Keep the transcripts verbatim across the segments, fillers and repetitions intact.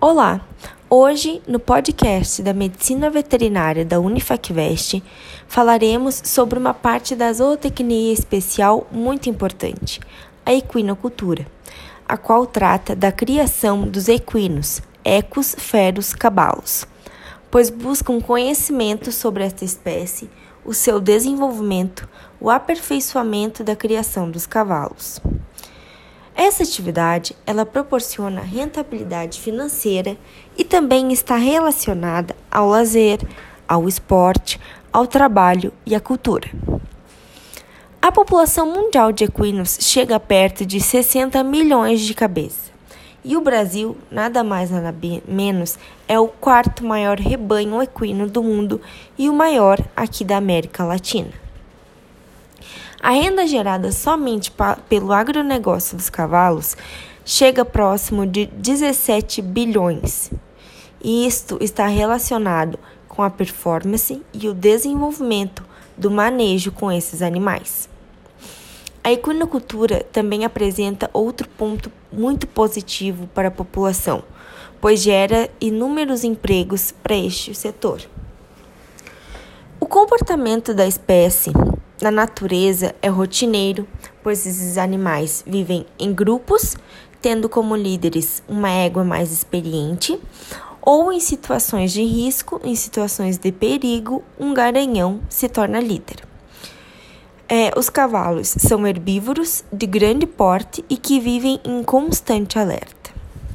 Olá! Hoje, no podcast da Medicina Veterinária da Unifacvest, falaremos sobre uma parte da zootecnia especial muito importante, a equinocultura, a qual trata da criação dos equinos, equus, feros, cabalos, pois buscam conhecimento sobre esta espécie, o seu desenvolvimento, o aperfeiçoamento da criação dos cavalos. Essa atividade, ela proporciona rentabilidade financeira e também está relacionada ao lazer, ao esporte, ao trabalho e à cultura. A população mundial de equinos chega perto de sessenta milhões de cabeças, e o Brasil, nada mais nada menos, é o quarto maior rebanho equino do mundo e o maior aqui da América Latina. A renda gerada somente pelo agronegócio dos cavalos chega próximo de dezessete bilhões, e isto está relacionado com a performance e o desenvolvimento do manejo com esses animais. A equinocultura também apresenta outro ponto muito positivo para a população, pois gera inúmeros empregos para este setor. O comportamento da espécie na natureza é rotineiro, pois esses animais vivem em grupos, tendo como líderes uma égua mais experiente, ou em situações de risco, em situações de perigo, um garanhão se torna líder. É, os cavalos são herbívoros de grande porte e que vivem em constante alerta.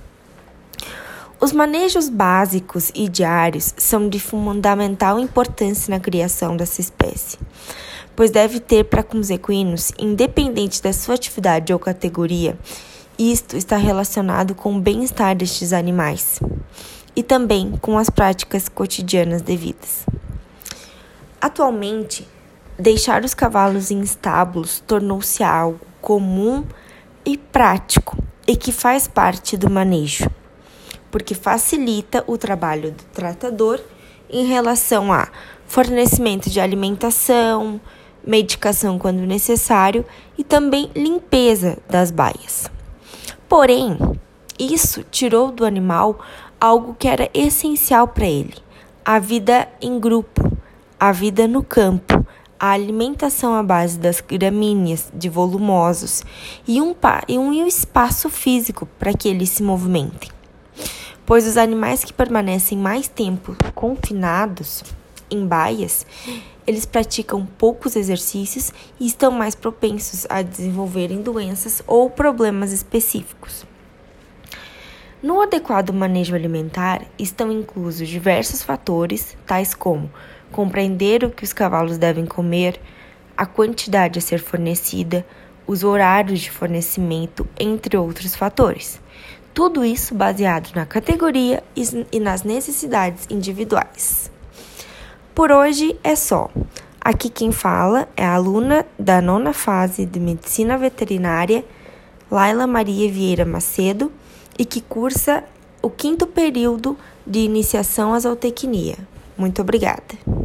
Os manejos básicos e diários são de fundamental importância na criação dessa espécie, pois deve ter para com os equinos, independente da sua atividade ou categoria, isto está relacionado com o bem-estar destes animais e também com as práticas cotidianas devidas. Atualmente, deixar os cavalos em estábulos tornou-se algo comum e prático e que faz parte do manejo, porque facilita o trabalho do tratador em relação a fornecimento de alimentação, medicação quando necessário e também limpeza das baias. Porém, isso tirou do animal algo que era essencial para ele: a vida em grupo, a vida no campo, a alimentação à base das gramíneas, de volumosos e um, e um espaço físico para que eles se movimentem. Pois os animais que permanecem mais tempo confinados em baias, eles praticam poucos exercícios e estão mais propensos a desenvolverem doenças ou problemas específicos. No adequado manejo alimentar estão inclusos diversos fatores, tais como compreender o que os cavalos devem comer, a quantidade a ser fornecida, os horários de fornecimento, entre outros fatores. Tudo isso baseado na categoria e nas necessidades individuais. Por hoje é só. Aqui quem fala é a aluna da nona fase de Medicina Veterinária, Laila Maria Vieira Macedo, e que cursa o quinto período de iniciação à zootecnia. Muito obrigada.